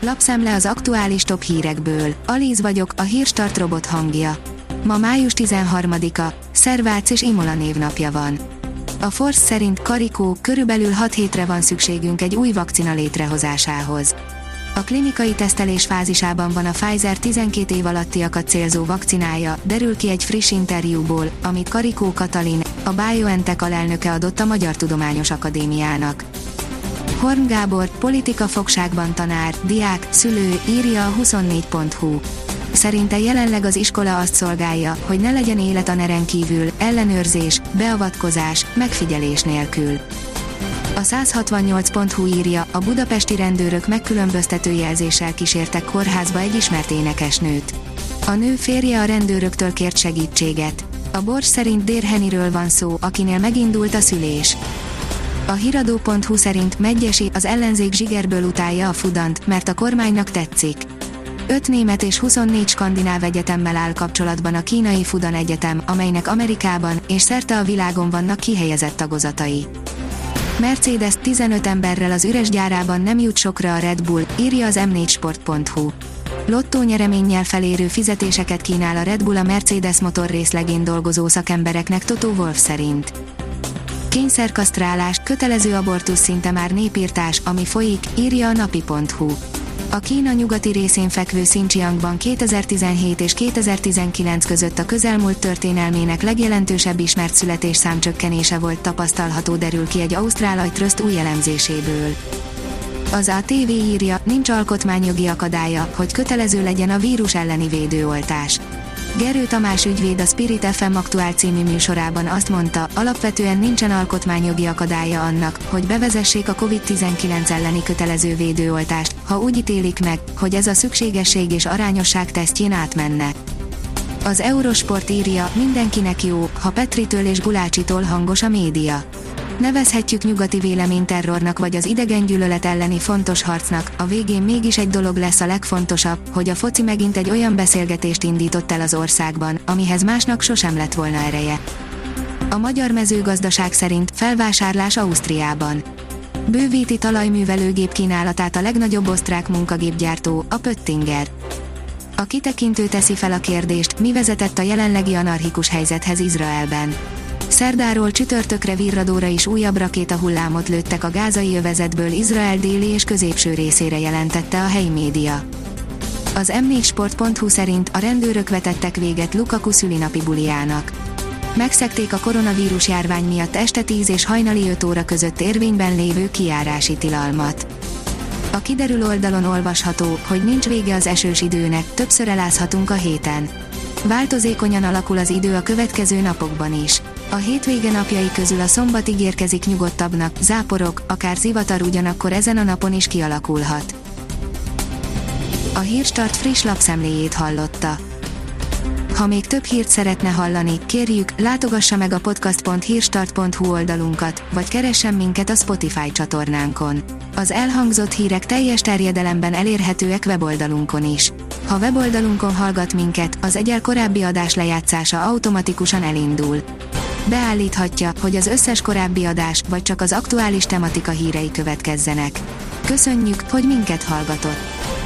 Lapszemle az aktuális top hírekből. Alíz vagyok, a Hírstart robot hangja. Ma május 13-a, Szervác és Imola névnapja van. A Force szerint Karikó, körülbelül 6 hétre van szükségünk egy új vakcina létrehozásához. A klinikai tesztelés fázisában van a Pfizer 12 év alattiakat célzó vakcinája, derül ki egy friss interjúból, amit Karikó Katalin, a BioNTech alelnöke adott a Magyar Tudományos Akadémiának. Horn Gábor, politika fogságban tanár, diák, szülő, írja a 24.hu. Szerinte jelenleg az iskola azt szolgálja, hogy ne legyen életaneren kívül, ellenőrzés, beavatkozás, megfigyelés nélkül. A 168.hu írja, a budapesti rendőrök megkülönböztető jelzéssel kísértek kórházba egy ismert énekesnőt. A nő férje a rendőröktől kért segítséget. A Bors szerint Dérheniről van szó, akinél megindult a szülés. A hiradó.hu szerint Medgyessy, az ellenzék zsigerből utálja a Fudant, mert a kormánynak tetszik. 5 német és 24 skandináv egyetemmel áll kapcsolatban a kínai Fudan Egyetem, amelynek Amerikában és szerte a világon vannak kihelyezett tagozatai. Mercedes 15 emberrel az üres gyárában nem jut sokra a Red Bull, írja az m4sport.hu. Lottónyereménnyel felérő fizetéseket kínál a Red Bull a Mercedes motor részlegén dolgozó szakembereknek Toto Wolff szerint. Kényszerkasztrálás, kötelező abortusz szinte már népírtás, ami folyik, írja a napi.hu. A Kína nyugati részén fekvő Xinjiangban 2017 és 2019 között a közelmúlt történelmének legjelentősebb ismert születésszám csökkenése volt tapasztalható, derül ki egy ausztrál agytröszt új elemzéséből. Az ATV írja, nincs alkotmányjogi akadálya, hogy kötelező legyen a vírus elleni védőoltás. Gerő Tamás ügyvéd a Spirit FM Aktuál című műsorában azt mondta, alapvetően nincsen alkotmányjogi akadálya annak, hogy bevezessék a COVID-19 elleni kötelező védőoltást, ha úgy ítélik meg, hogy ez a szükségesség és arányosság tesztjén átmenne. Az Eurosport írja, mindenkinek jó, ha Petritől és Gulácsitól hangos a média. Nevezhetjük nyugati véleményterrornak vagy az idegengyűlölet elleni fontos harcnak, a végén mégis egy dolog lesz a legfontosabb, hogy a foci megint egy olyan beszélgetést indított el az országban, amihez másnak sosem lett volna ereje. A magyar mezőgazdaság szerint felvásárlás Ausztriában. Bővíti talajművelőgép kínálatát a legnagyobb osztrák munkagépgyártó, a Pöttinger. A kitekintő teszi fel a kérdést, mi vezetett a jelenlegi anarchikus helyzethez Izraelben. Szerdáról csütörtökre virradóra is újabb rakétahullámot lőttek a gázai övezetből Izrael déli és középső részére, jelentette a helyi média. Az m4sport.hu szerint a rendőrök vetettek véget Lukaku szülinapi bulijának. Megszegték a koronavírus járvány miatt este 10 és hajnali 5 óra között érvényben lévő kijárási tilalmat. A kiderül oldalon olvasható, hogy nincs vége az esős időnek, többször elázhatunk a héten. Változékonyan alakul az idő a következő napokban is. A hétvége napjai közül a szombat ígérkezik nyugodtabbnak, záporok, akár zivatar ugyanakkor ezen a napon is kialakulhat. A Hírstart friss lapszemléjét hallotta. Ha még több hírt szeretne hallani, kérjük, látogassa meg a podcast.hírstart.hu oldalunkat, vagy keressen minket a Spotify csatornánkon. Az elhangzott hírek teljes terjedelemben elérhetőek weboldalunkon is. Ha weboldalunkon hallgat minket, az egyel korábbi adás lejátszása automatikusan elindul. Beállíthatja, hogy az összes korábbi adás, vagy csak az aktuális tematika hírei következzenek. Köszönjük, hogy minket hallgatott!